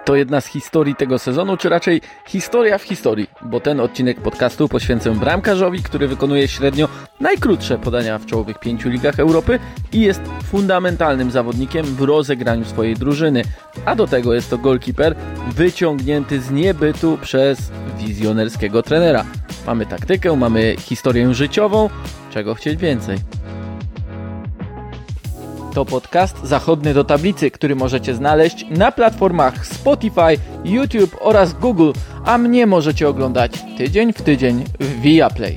to jedna z historii tego sezonu, czy raczej historia w historii, bo ten odcinek podcastu poświęcę bramkarzowi, który wykonuje średnio najkrótsze podania w czołowych 5 ligach Europy i jest fundamentalnym zawodnikiem w rozegraniu swojej drużyny. A do tego jest to golkiper wyciągnięty z niebytu przez wizjonerskiego trenera. Mamy taktykę, mamy historię życiową, czego chcieć więcej. To podcast Zachodny do tablicy, który możecie znaleźć na platformach Spotify, YouTube oraz Google, a mnie możecie oglądać tydzień w tydzień w Viaplay.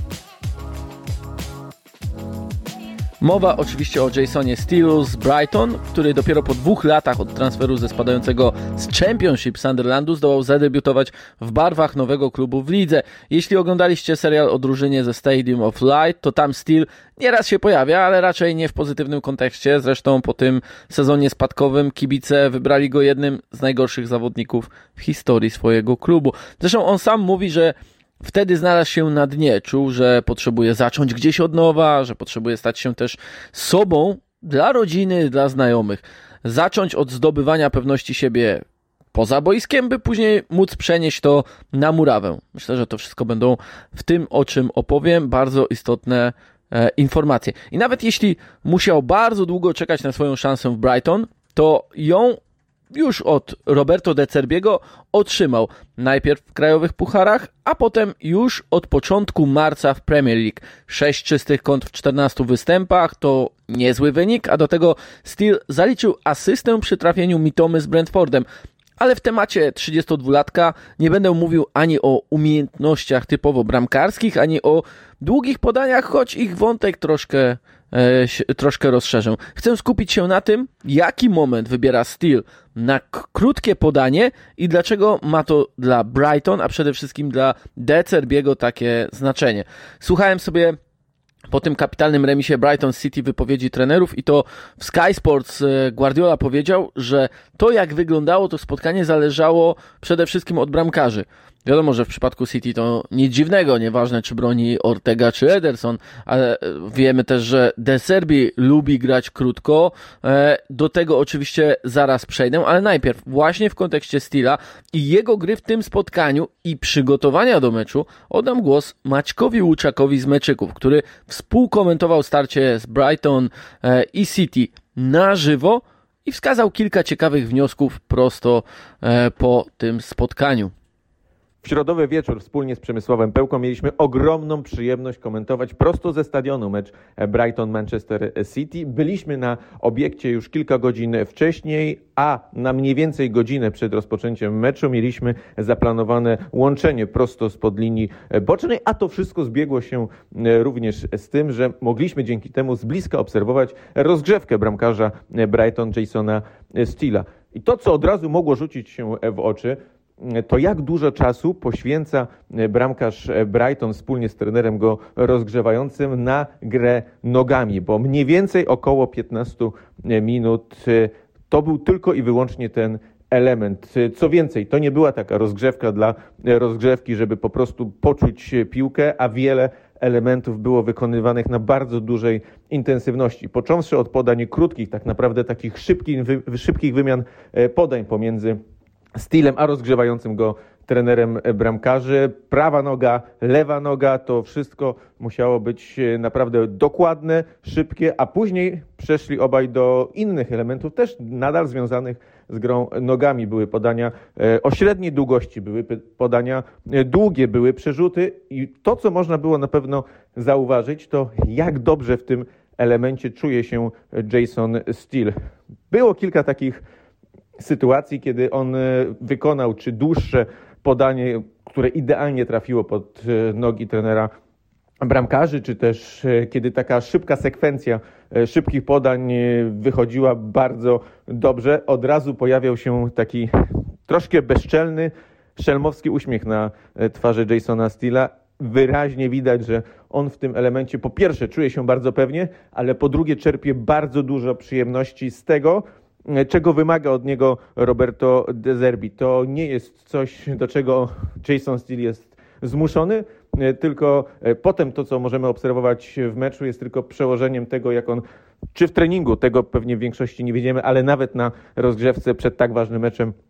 Mowa oczywiście o Jasonie Steelu z Brighton, który dopiero po 2 latach od transferu ze spadającego z Championship Sunderlandu zdołał zadebiutować w barwach nowego klubu w lidze. Jeśli oglądaliście serial o drużynie ze Stadium of Light, to tam Steel nieraz się pojawia, ale raczej nie w pozytywnym kontekście. Zresztą po tym sezonie spadkowym kibice wybrali go jednym z najgorszych zawodników w historii swojego klubu. Zresztą on sam mówi, że wtedy znalazł się na dnie, czuł, że potrzebuje zacząć gdzieś od nowa, że potrzebuje stać się też sobą dla rodziny, dla znajomych. Zacząć od zdobywania pewności siebie poza boiskiem, by później móc przenieść to na murawę. Myślę, że to wszystko będą w tym, o czym opowiem, bardzo istotne informacje. I nawet jeśli musiał bardzo długo czekać na swoją szansę w Brighton, to ją już od Roberto De Zerbiego otrzymał. Najpierw w krajowych pucharach, a potem już od początku marca w Premier League. 6 czystych kąt w 14 występach to niezły wynik, a do tego Steel zaliczył asystę przy trafieniu Mitomy z Brentfordem. Ale w temacie 32-latka nie będę mówił ani o umiejętnościach typowo bramkarskich, ani o długich podaniach, choć ich wątek troszkę rozszerzę. Chcę skupić się na tym, jaki moment wybiera Steel na krótkie podanie i dlaczego ma to dla Brighton, a przede wszystkim dla De Zerbiego takie znaczenie. Słuchałem sobie po tym kapitalnym remisie Brighton City wypowiedzi trenerów i to w Sky Sports Guardiola powiedział, że to jak wyglądało to spotkanie zależało przede wszystkim od bramkarzy. Wiadomo, że w przypadku City to nic dziwnego, nieważne czy broni Ortega czy Ederson, ale wiemy też, że De Zerbi lubi grać krótko. Do tego oczywiście zaraz przejdę, ale najpierw właśnie w kontekście Steela i jego gry w tym spotkaniu i przygotowania do meczu oddam głos Maćkowi Łuczakowi z Meczyków, który współkomentował starcie z Brighton i City na żywo i wskazał kilka ciekawych wniosków prosto po tym spotkaniu. W środowy wieczór wspólnie z Przemysławem Pełką mieliśmy ogromną przyjemność komentować prosto ze stadionu mecz Brighton-Manchester City. Byliśmy na obiekcie już kilka godzin wcześniej, a na mniej więcej godzinę przed rozpoczęciem meczu mieliśmy zaplanowane łączenie prosto spod linii bocznej, a to wszystko zbiegło się również z tym, że mogliśmy dzięki temu z bliska obserwować rozgrzewkę bramkarza Brighton Jasona Steela. I to, co od razu mogło rzucić się w oczy, to jak dużo czasu poświęca bramkarz Brighton wspólnie z trenerem go rozgrzewającym na grę nogami, bo mniej więcej około 15 minut to był tylko i wyłącznie ten element. Co więcej, to nie była taka rozgrzewka dla rozgrzewki, żeby po prostu poczuć piłkę, a wiele elementów było wykonywanych na bardzo dużej intensywności. Począwszy od podań krótkich, tak naprawdę takich szybkich wymian podań pomiędzy Steelem a rozgrzewającym go trenerem bramkarzy. Prawa noga, lewa noga, to wszystko musiało być naprawdę dokładne, szybkie, a później przeszli obaj do innych elementów, też nadal związanych z grą nogami. Były podania o średniej długości, były podania długie, były przerzuty i to, co można było na pewno zauważyć, to jak dobrze w tym elemencie czuje się Jason Steel. Było kilka takich sytuacji, kiedy on wykonał czy dłuższe podanie, które idealnie trafiło pod nogi trenera bramkarzy, czy też kiedy taka szybka sekwencja szybkich podań wychodziła bardzo dobrze, od razu pojawiał się taki troszkę bezczelny, szelmowski uśmiech na twarzy Jasona Steela. Wyraźnie widać, że on w tym elemencie po pierwsze czuje się bardzo pewnie, ale po drugie czerpie bardzo dużo przyjemności z tego, czego wymaga od niego Roberto De Zerbi. To nie jest coś, do czego Jason Steel jest zmuszony, tylko potem to, co możemy obserwować w meczu, jest tylko przełożeniem tego, jak on, czy w treningu, tego pewnie w większości nie widzimy, ale nawet na rozgrzewce przed tak ważnym meczem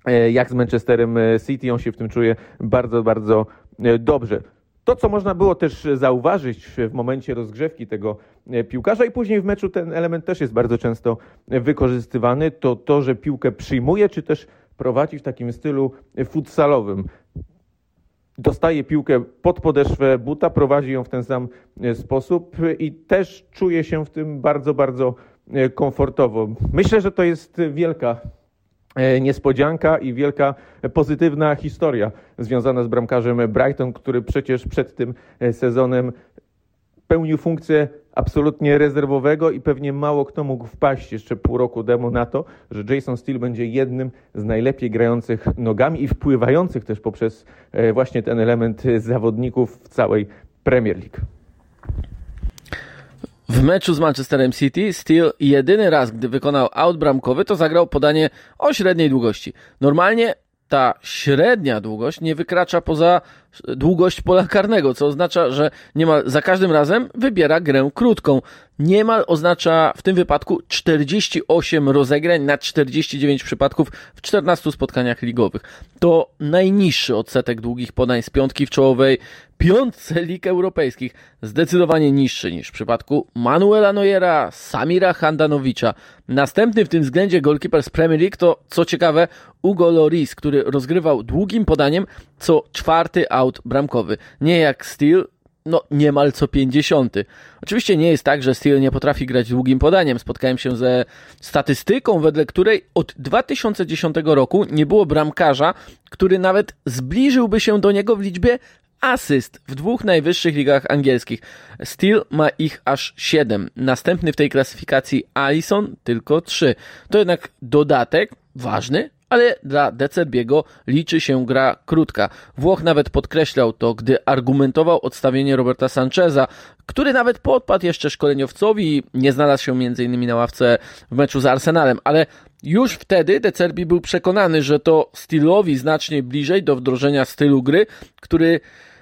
jak z Manchesterem City. On się w tym czuje bardzo, bardzo dobrze. To, co można było też zauważyć w momencie rozgrzewki tego piłkarza i później w meczu, ten element też jest bardzo często wykorzystywany, to, że piłkę przyjmuje, czy też prowadzi w takim stylu futsalowym. Dostaje piłkę pod podeszwę buta, prowadzi ją w ten sam sposób i też czuje się w tym bardzo, bardzo komfortowo. Myślę, że to jest wielka niespodzianka i wielka pozytywna historia związana z bramkarzem Brighton, który przecież przed tym sezonem pełnił funkcję absolutnie rezerwowego i pewnie mało kto mógł wpaść jeszcze pół roku temu na to, że Jason Steele będzie jednym z najlepiej grających nogami i wpływających też poprzez właśnie ten element zawodników w całej Premier League. W meczu z Manchesterem City Steele jedyny raz, gdy wykonał aut bramkowy, to zagrał podanie o średniej długości. Normalnie ta średnia długość nie wykracza poza długość pola karnego, co oznacza, że niemal za każdym razem wybiera grę krótką. Niemal oznacza w tym wypadku 48 rozegrań na 49 przypadków w 14 spotkaniach ligowych. To najniższy odsetek długich podań z piątki w czołowej piątce lig europejskich. Zdecydowanie niższy niż w przypadku Manuela Neuera, Samira Handanowicza. Następny w tym względzie golkiper z Premier League to, co ciekawe, Hugo Lloris, który rozgrywał długim podaniem co czwarty aut bramkowy. Nie jak Steele, niemal co 50. Oczywiście nie jest tak, że Steele nie potrafi grać długim podaniem. Spotkałem się ze statystyką, wedle której od 2010 roku nie było bramkarza, który nawet zbliżyłby się do niego w liczbie asyst w dwóch najwyższych ligach angielskich. Steele ma ich aż 7. Następny w tej klasyfikacji Alisson tylko 3. To jednak dodatek ważny, ale dla De Zerbiego liczy się gra krótka. Włoch nawet podkreślał to, gdy argumentował odstawienie Roberta Sancheza, który nawet podpadł jeszcze szkoleniowcowi i nie znalazł się m.in. na ławce w meczu z Arsenalem, ale już wtedy De Zerbi był przekonany, że to Steele'owi znacznie bliżej do wdrożenia stylu gry, który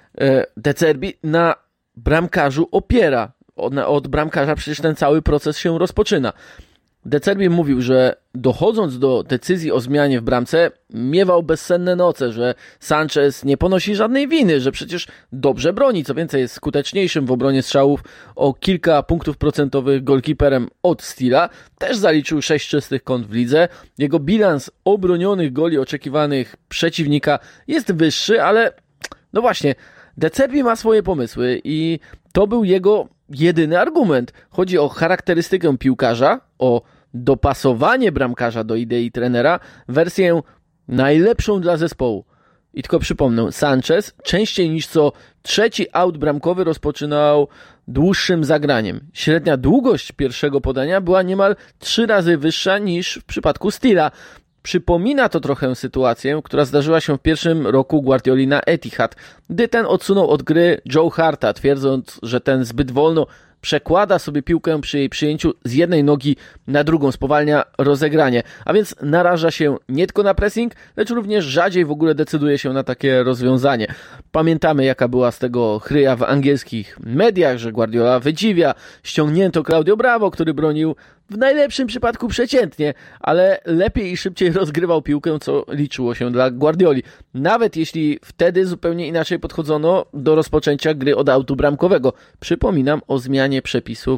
De Zerbi na bramkarzu opiera. Od bramkarza przecież ten cały proces się rozpoczyna. De Zerbi mówił, że dochodząc do decyzji o zmianie w bramce, miewał bezsenne noce, że Sanchez nie ponosi żadnej winy, że przecież dobrze broni, co więcej jest skuteczniejszym w obronie strzałów o kilka punktów procentowych golkiperem od Steele'a. Też zaliczył 6 czystych kąt w lidze. Jego bilans obronionych goli oczekiwanych przeciwnika jest wyższy, ale no właśnie, De Zerbi ma swoje pomysły i to był jego jedyny argument. Chodzi o charakterystykę piłkarza, o dopasowanie bramkarza do idei trenera, wersję najlepszą dla zespołu. I tylko przypomnę, Sanchez częściej niż co trzeci aut bramkowy rozpoczynał dłuższym zagraniem. Średnia długość pierwszego podania była niemal 3 razy wyższa niż w przypadku Steele'a. Przypomina to trochę sytuację, która zdarzyła się w pierwszym roku Guardioli na Etihad, gdy ten odsunął od gry Joe Harta, twierdząc, że ten zbyt wolno przekłada sobie piłkę przy jej przyjęciu z jednej nogi na drugą, spowalnia rozegranie, a więc naraża się nie tylko na pressing, lecz również rzadziej w ogóle decyduje się na takie rozwiązanie. Pamiętamy, jaka była z tego chryja w angielskich mediach, że Guardiola wydziwia, ściągnięto Claudio Bravo, który bronił w najlepszym przypadku przeciętnie, ale lepiej i szybciej rozgrywał piłkę, co liczyło się dla Guardioli. Nawet jeśli wtedy zupełnie inaczej podchodzono do rozpoczęcia gry od autu bramkowego. Przypominam o zmianie przepisów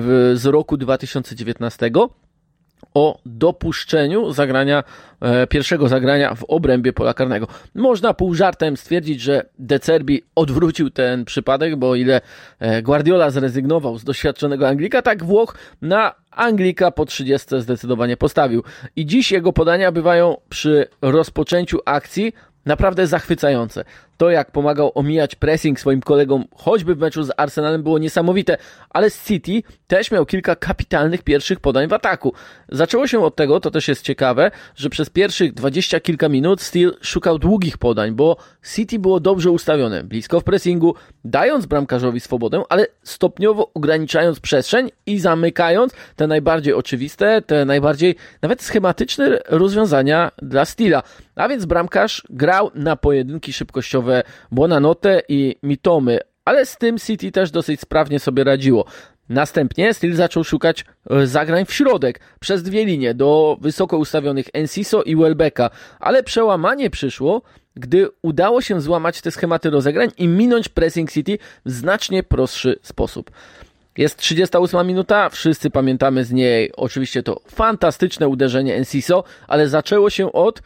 z roku 2019 o dopuszczeniu pierwszego zagrania w obrębie pola karnego. Można pół żartem stwierdzić, że De Zerbi odwrócił ten przypadek, bo o ile Guardiola zrezygnował z doświadczonego Anglika, tak Włoch na Anglika po 30 zdecydowanie postawił. I dziś jego podania bywają przy rozpoczęciu akcji naprawdę zachwycające. To, jak pomagał omijać pressing swoim kolegom, choćby w meczu z Arsenalem, było niesamowite, ale z City też miał kilka kapitalnych pierwszych podań w ataku. Zaczęło się od tego, to też jest ciekawe, że przez pierwszych 20 kilka minut Steele szukał długich podań, bo City było dobrze ustawione, blisko w pressingu, dając bramkarzowi swobodę, ale stopniowo ograniczając przestrzeń i zamykając te najbardziej oczywiste, te najbardziej nawet schematyczne rozwiązania dla Steele'a. A więc bramkarz grał na pojedynki szybkościowe Buonanotte i Mitomy, ale z tym City też dosyć sprawnie sobie radziło. Następnie Steele zaczął szukać zagrań w środek, przez dwie linie, do wysoko ustawionych Enciso i Welbecka, ale przełamanie przyszło, gdy udało się złamać te schematy rozegrań i minąć pressing City w znacznie prostszy sposób. Jest 38 minuta, wszyscy pamiętamy z niej oczywiście to fantastyczne uderzenie Enciso, ale zaczęło się od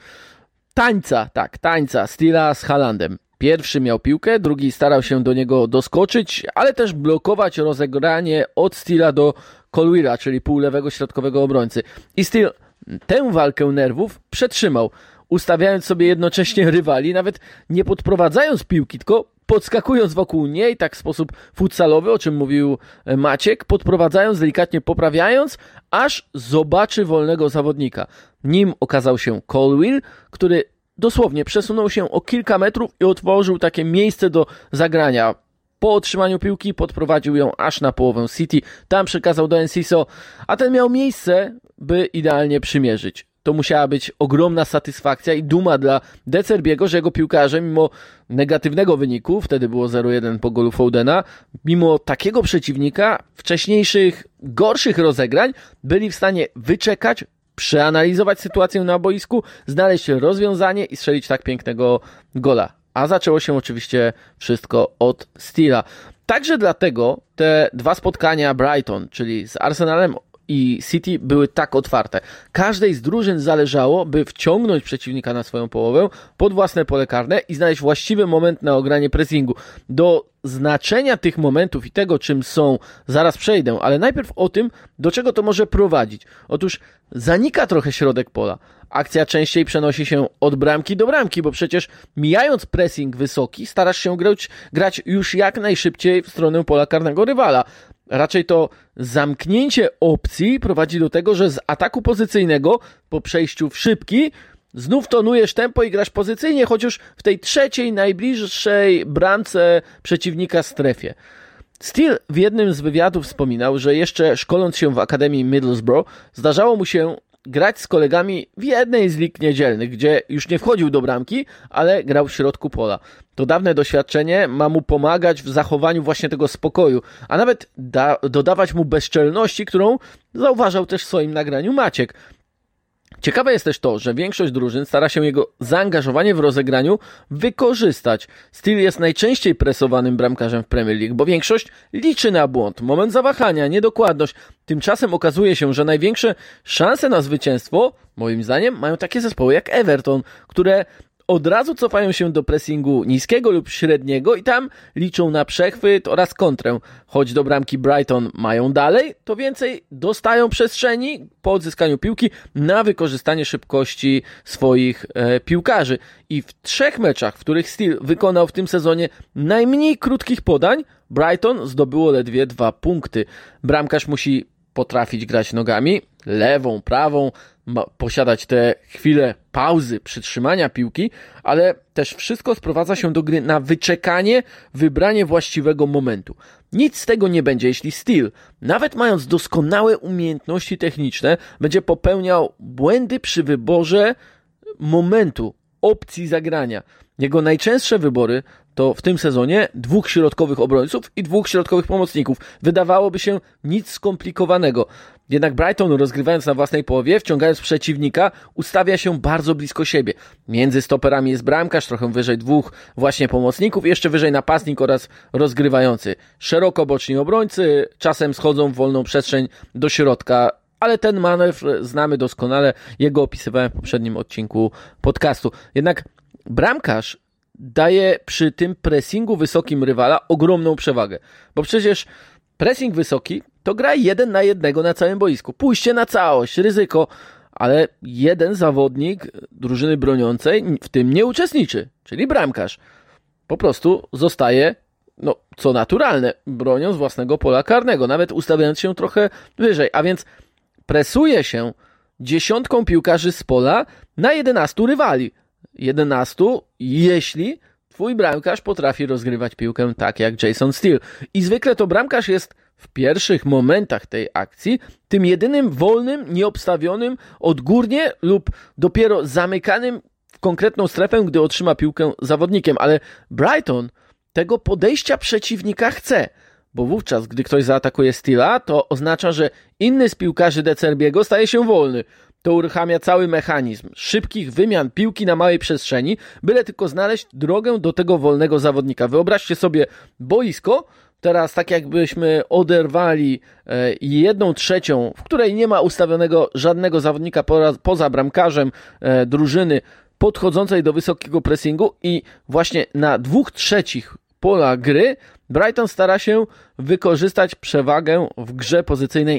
tańca Steela z Haalandem. Pierwszy miał piłkę, drugi starał się do niego doskoczyć, ale też blokować rozegranie od Steela do Colwilla, czyli półlewego środkowego obrońcy. I Steele tę walkę nerwów przetrzymał, ustawiając sobie jednocześnie rywali, nawet nie podprowadzając piłki, tylko podskakując wokół niej, tak w sposób futsalowy, o czym mówił Maciek, podprowadzając, delikatnie poprawiając, aż zobaczy wolnego zawodnika. Nim okazał się Colwill, który dosłownie przesunął się o kilka metrów i otworzył takie miejsce do zagrania. Po otrzymaniu piłki podprowadził ją aż na połowę City, tam przekazał do Enciso, a ten miał miejsce, by idealnie przymierzyć. To musiała być ogromna satysfakcja i duma dla De Zerbiego, że jego piłkarze, mimo negatywnego wyniku, wtedy było 0-1 po golu Fodena, mimo takiego przeciwnika, wcześniejszych, gorszych rozegrań, byli w stanie wyczekać, przeanalizować sytuację na boisku, znaleźć rozwiązanie i strzelić tak pięknego gola. A zaczęło się oczywiście wszystko od Steela. Także dlatego te dwa spotkania Brighton, czyli z Arsenalem i City, były tak otwarte. Każdej z drużyn zależało, by wciągnąć przeciwnika na swoją połowę pod własne pole karne i znaleźć właściwy moment na ogranie pressingu. Do znaczenia tych momentów i tego, czym są, zaraz przejdę, ale najpierw o tym, do czego to może prowadzić. Otóż zanika trochę środek pola. Akcja częściej przenosi się od bramki do bramki, bo przecież mijając pressing wysoki, starasz się grać już jak najszybciej w stronę pola karnego rywala. Raczej to zamknięcie opcji prowadzi do tego, że z ataku pozycyjnego po przejściu w szybki znów tonujesz tempo i grasz pozycyjnie, chociaż w tej trzeciej, najbliższej bramce przeciwnika strefie. Steele w jednym z wywiadów wspominał, że jeszcze szkoląc się w Akademii Middlesbrough zdarzało mu się grać z kolegami w jednej z lig niedzielnych, gdzie już nie wchodził do bramki, ale grał w środku pola. To dawne doświadczenie ma mu pomagać w zachowaniu właśnie tego spokoju, a nawet dodawać mu bezczelności, którą zauważał też w swoim nagraniu Maciek. Ciekawe jest też to, że większość drużyn stara się jego zaangażowanie w rozegraniu wykorzystać. Steele jest najczęściej presowanym bramkarzem w Premier League, bo większość liczy na błąd, moment zawahania, niedokładność. Tymczasem okazuje się, że największe szanse na zwycięstwo, moim zdaniem, mają takie zespoły jak Everton, które od razu cofają się do pressingu niskiego lub średniego i tam liczą na przechwyt oraz kontrę. Choć do bramki Brighton mają dalej, to więcej dostają przestrzeni po odzyskaniu piłki na wykorzystanie szybkości swoich piłkarzy. I w 3 meczach, w których Steele wykonał w tym sezonie najmniej krótkich podań, Brighton zdobyło ledwie 2 punkty. Bramkarz musi potrafić grać nogami, lewą, prawą, posiadać te chwile pauzy, przytrzymania piłki, ale też wszystko sprowadza się do gry na wyczekanie, wybranie właściwego momentu. Nic z tego nie będzie, jeśli Steele, nawet mając doskonałe umiejętności techniczne, będzie popełniał błędy przy wyborze momentu, opcji zagrania. Jego najczęstsze wybory to w tym sezonie 2 środkowych obrońców i 2 środkowych pomocników. Wydawałoby się nic skomplikowanego. Jednak Brighton, rozgrywając na własnej połowie, wciągając przeciwnika, ustawia się bardzo blisko siebie. Między stoperami jest bramkarz, trochę wyżej 2 właśnie pomocników, jeszcze wyżej napastnik oraz rozgrywający. Szeroko boczni obrońcy czasem schodzą w wolną przestrzeń do środka, ale ten manewr znamy doskonale, jego opisywałem w poprzednim odcinku podcastu. Jednak bramkarz daje przy tym pressingu wysokim rywala ogromną przewagę, bo przecież pressing wysoki to gra 1 na 1 na całym boisku. Pójście na całość, ryzyko, ale jeden zawodnik drużyny broniącej w tym nie uczestniczy, czyli bramkarz. Po prostu zostaje, co naturalne, bronią z własnego pola karnego, nawet ustawiając się trochę wyżej, a więc presuje się 10 piłkarzy z pola na 11 rywali. 11, jeśli twój bramkarz potrafi rozgrywać piłkę tak jak Jason Steele. I zwykle to bramkarz jest w pierwszych momentach tej akcji tym jedynym wolnym, nieobstawionym odgórnie lub dopiero zamykanym w konkretną strefę, gdy otrzyma piłkę zawodnikiem. Ale Brighton tego podejścia przeciwnika chce. bo wówczas, gdy ktoś zaatakuje Steela, to oznacza, że inny z piłkarzy De Zerbiego staje się wolny. To uruchamia cały mechanizm szybkich wymian piłki na małej przestrzeni, byle tylko znaleźć drogę do tego wolnego zawodnika. Wyobraźcie sobie boisko, teraz tak jakbyśmy oderwali 1/3, w której nie ma ustawionego żadnego zawodnika poza bramkarzem drużyny podchodzącej do wysokiego pressingu i właśnie na 2/3 pola gry Brighton stara się wykorzystać przewagę w grze pozycyjnej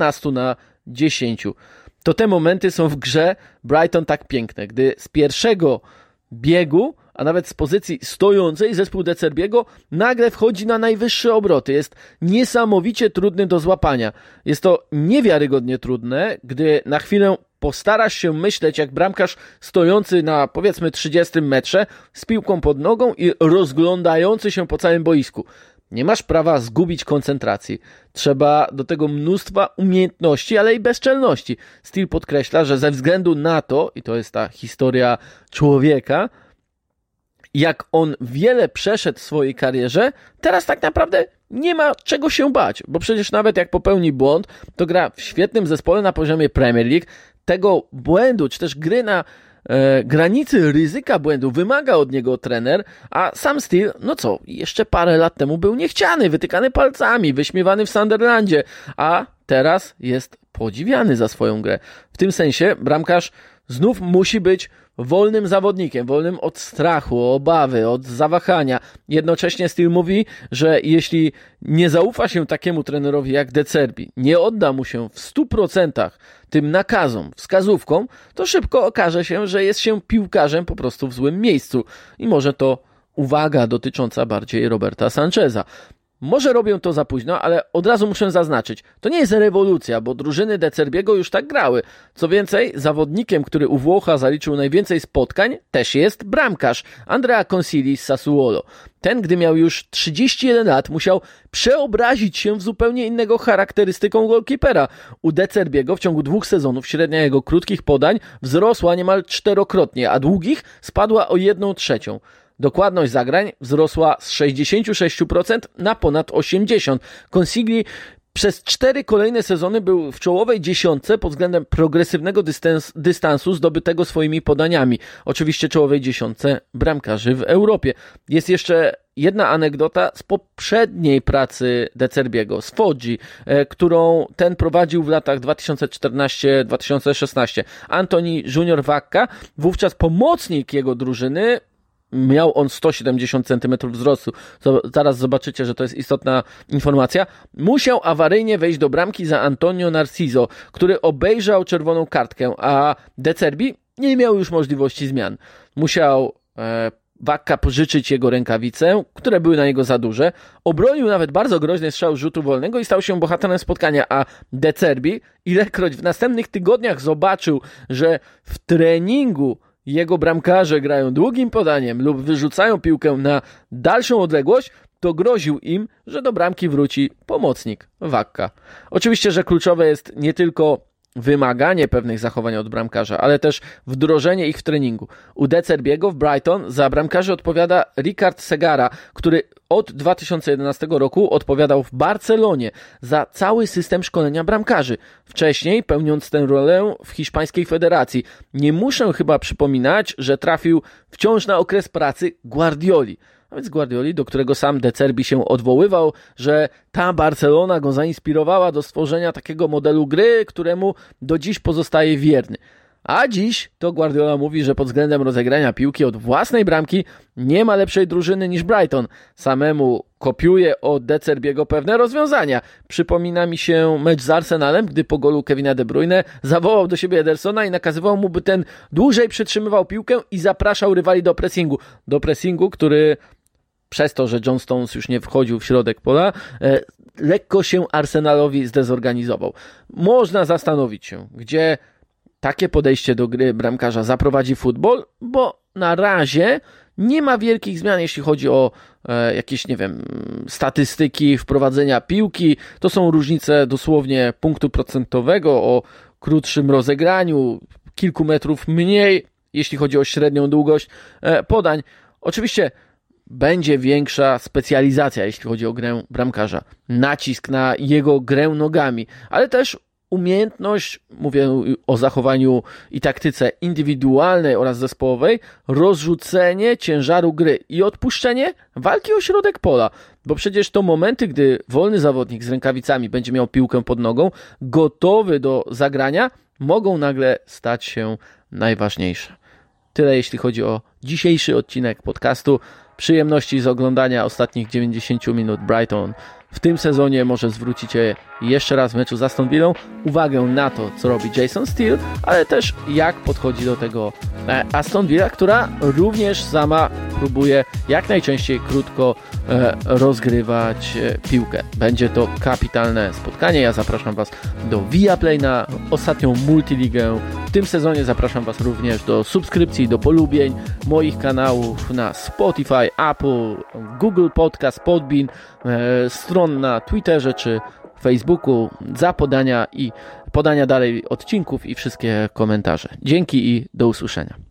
11-10. To te momenty są w grze Brighton tak piękne, gdy z pierwszego biegu, a nawet z pozycji stojącej zespół De Zerbiego nagle wchodzi na najwyższe obroty. Jest niesamowicie trudny do złapania. Jest to niewiarygodnie trudne, gdy na chwilę postarasz się myśleć jak bramkarz stojący na powiedzmy 30 metrze z piłką pod nogą i rozglądający się po całym boisku. Nie masz prawa zgubić koncentracji. Trzeba do tego mnóstwa umiejętności, ale i bezczelności. Steele podkreśla, że ze względu na to, i to jest ta historia człowieka, jak on wiele przeszedł w swojej karierze, teraz tak naprawdę nie ma czego się bać, bo przecież nawet jak popełni błąd, to gra w świetnym zespole na poziomie Premier League. Tego błędu, czy też gry na granicy ryzyka błędu wymaga od niego trener, a sam Steele, jeszcze parę lat temu był niechciany, wytykany palcami, wyśmiewany w Sunderlandzie, a teraz jest podziwiany za swoją grę. W tym sensie bramkarz znów musi być wolnym zawodnikiem, wolnym od strachu, obawy, od zawahania. Jednocześnie Steele mówi, że jeśli nie zaufa się takiemu trenerowi jak De Zerbi, nie odda mu się w 100% tym nakazom, wskazówkom, to szybko okaże się, że jest się piłkarzem po prostu w złym miejscu. I może to uwaga dotycząca bardziej Roberta Sancheza. Może robią to za późno, ale od razu muszę zaznaczyć, to nie jest rewolucja, bo drużyny De Zerbiego już tak grały. Co więcej, zawodnikiem, który u Włocha zaliczył najwięcej spotkań, też jest bramkarz Andrea Consigli z Sassuolo. Ten, gdy miał już 31 lat, musiał przeobrazić się w zupełnie innego charakterystyką golkipera. U De Zerbiego w ciągu 2 sezonów średnia jego krótkich podań wzrosła niemal 4-krotnie, a długich spadła o 1/3. Dokładność zagrań wzrosła z 66% na ponad 80%. Consigli przez 4 kolejne sezony był w czołowej 10 pod względem progresywnego dystansu zdobytego swoimi podaniami. Oczywiście czołowej 10 bramkarzy w Europie. Jest jeszcze jedna anegdota z poprzedniej pracy De Zerbiego, z Foggi, którą ten prowadził w latach 2014-2016. Antoni Junior Vacca, wówczas pomocnik jego drużyny, miał on 170 cm wzrostu. Zaraz zobaczycie, że to jest istotna informacja. Musiał awaryjnie wejść do bramki za Antonio Narciso, który obejrzał czerwoną kartkę, a De Zerbi nie miał już możliwości zmian. Musiał Vacca pożyczyć jego rękawice, które były na niego za duże. Obronił nawet bardzo groźny strzał z rzutu wolnego i stał się bohaterem spotkania, a De Zerbi, ilekroć w następnych tygodniach zobaczył, że w treningu jego bramkarze grają długim podaniem lub wyrzucają piłkę na dalszą odległość, to groził im, że do bramki wróci pomocnik Vacca. Oczywiście, że kluczowe jest nie tylko wymaganie pewnych zachowań od bramkarza, ale też wdrożenie ich w treningu. U De Zerbiego w Brighton za bramkarzy odpowiada Ricard Segara, który od 2011 roku odpowiadał w Barcelonie za cały system szkolenia bramkarzy. Wcześniej pełniąc tę rolę w hiszpańskiej federacji. Nie muszę chyba przypominać, że trafił wciąż na okres pracy Guardioli. A więc Guardioli, do którego sam De Zerbi się odwoływał, że ta Barcelona go zainspirowała do stworzenia takiego modelu gry, któremu do dziś pozostaje wierny. A dziś to Guardiola mówi, że pod względem rozegrania piłki od własnej bramki nie ma lepszej drużyny niż Brighton. Samemu kopiuje od De Zerbiego pewne rozwiązania. Przypomina mi się mecz z Arsenalem, gdy po golu Kevina De Bruyne zawołał do siebie Edersona i nakazywał mu, by ten dłużej przytrzymywał piłkę i zapraszał rywali do pressingu. Do pressingu, który przez to, że John Stones już nie wchodził w środek pola, lekko się Arsenalowi zdezorganizował. Można zastanowić się, gdzie takie podejście do gry bramkarza zaprowadzi futbol, bo na razie nie ma wielkich zmian, jeśli chodzi o jakieś, statystyki wprowadzenia piłki. To są różnice dosłownie punktu procentowego, o krótszym rozegraniu, kilku metrów mniej, jeśli chodzi o średnią długość podań. Oczywiście będzie większa specjalizacja, jeśli chodzi o grę bramkarza. Nacisk na jego grę nogami, ale też umiejętność, mówię o zachowaniu i taktyce indywidualnej oraz zespołowej, rozrzucenie ciężaru gry i odpuszczenie walki o środek pola. Bo przecież to momenty, gdy wolny zawodnik z rękawicami będzie miał piłkę pod nogą, gotowy do zagrania, mogą nagle stać się najważniejsze. Tyle jeśli chodzi o dzisiejszy odcinek podcastu. Przyjemności z oglądania ostatnich 90 minut Brighton w tym sezonie. Może zwrócicie jeszcze raz w meczu z Aston Villą uwagę na to, co robi Jason Steele, ale też jak podchodzi do tego Aston Villa, która również sama próbuje jak najczęściej krótko rozgrywać piłkę. Będzie to kapitalne spotkanie. Ja zapraszam Was do Viaplay na ostatnią multiligę. W tym sezonie zapraszam Was również do subskrypcji, do polubień moich kanałów na Spotify, Apple, Google Podcast, Podbean, stron na Twitterze czy Facebooku za podania dalej odcinków i wszystkie komentarze. Dzięki i do usłyszenia.